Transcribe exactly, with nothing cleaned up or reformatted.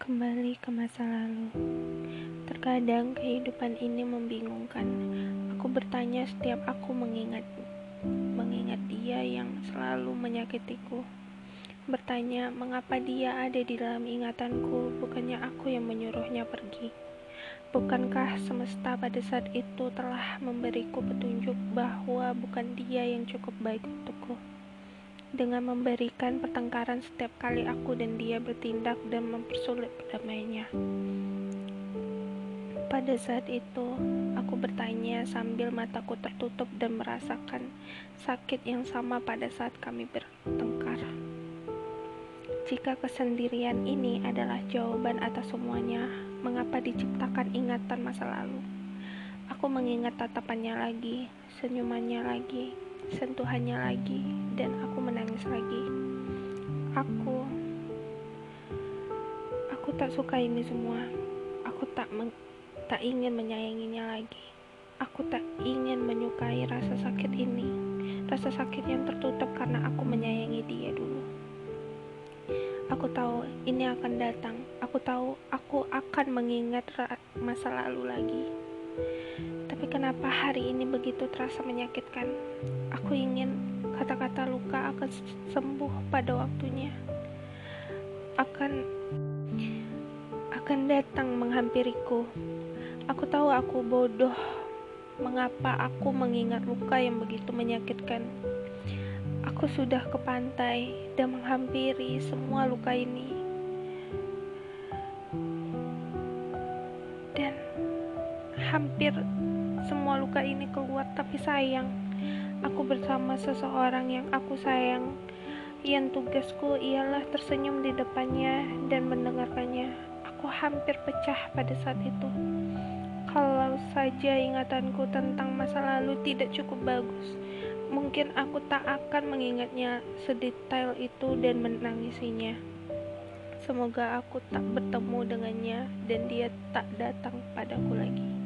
Kembali ke masa lalu. Terkadang kehidupan ini membingungkan. Aku bertanya setiap aku mengingat mengingat dia yang selalu menyakitiku. Bertanya mengapa dia ada di dalam ingatanku, bukannya aku yang menyuruhnya pergi. Bukankah semesta pada saat itu telah memberiku petunjuk bahwa bukan dia yang cukup baik untukku? Dengan memberikan pertengkaran setiap kali aku dan dia bertindak dan mempersulit perdamaiannya. Pada saat itu, aku bertanya sambil mataku tertutup dan merasakan sakit yang sama pada saat kami bertengkar. Jika kesendirian ini adalah jawaban atas semuanya, mengapa diciptakan ingatan masa lalu? Aku mengingat tatapannya lagi, senyumannya lagi, sentuhannya lagi, dan aku menangis lagi. Aku, aku tak suka ini semua. Aku tak meng, tak ingin menyayanginya lagi. Aku tak ingin menyukai rasa sakit ini, rasa sakit yang tertutup karena aku menyayangi dia dulu. Aku tahu ini akan datang. Aku tahu aku akan mengingat masa lalu lagi. Tapi kenapa hari ini begitu terasa menyakitkan? Aku ingin kata-kata luka akan sembuh pada waktunya. Akan akan datang menghampiriku. Aku tahu aku bodoh. Mengapa aku mengingat luka yang begitu menyakitkan? Aku sudah ke pantai dan menghampiri semua luka ini. Dan hampir semua luka ini keluar, tapi sayang, aku bersama seseorang yang aku sayang, yang tugasku ialah tersenyum di depannya dan mendengarkannya. Aku hampir pecah pada saat itu. Kalau saja ingatanku tentang masa lalu tidak cukup bagus, mungkin aku tak akan mengingatnya sedetail itu dan menangisinya. Semoga aku tak bertemu dengannya dan dia tak datang padaku lagi.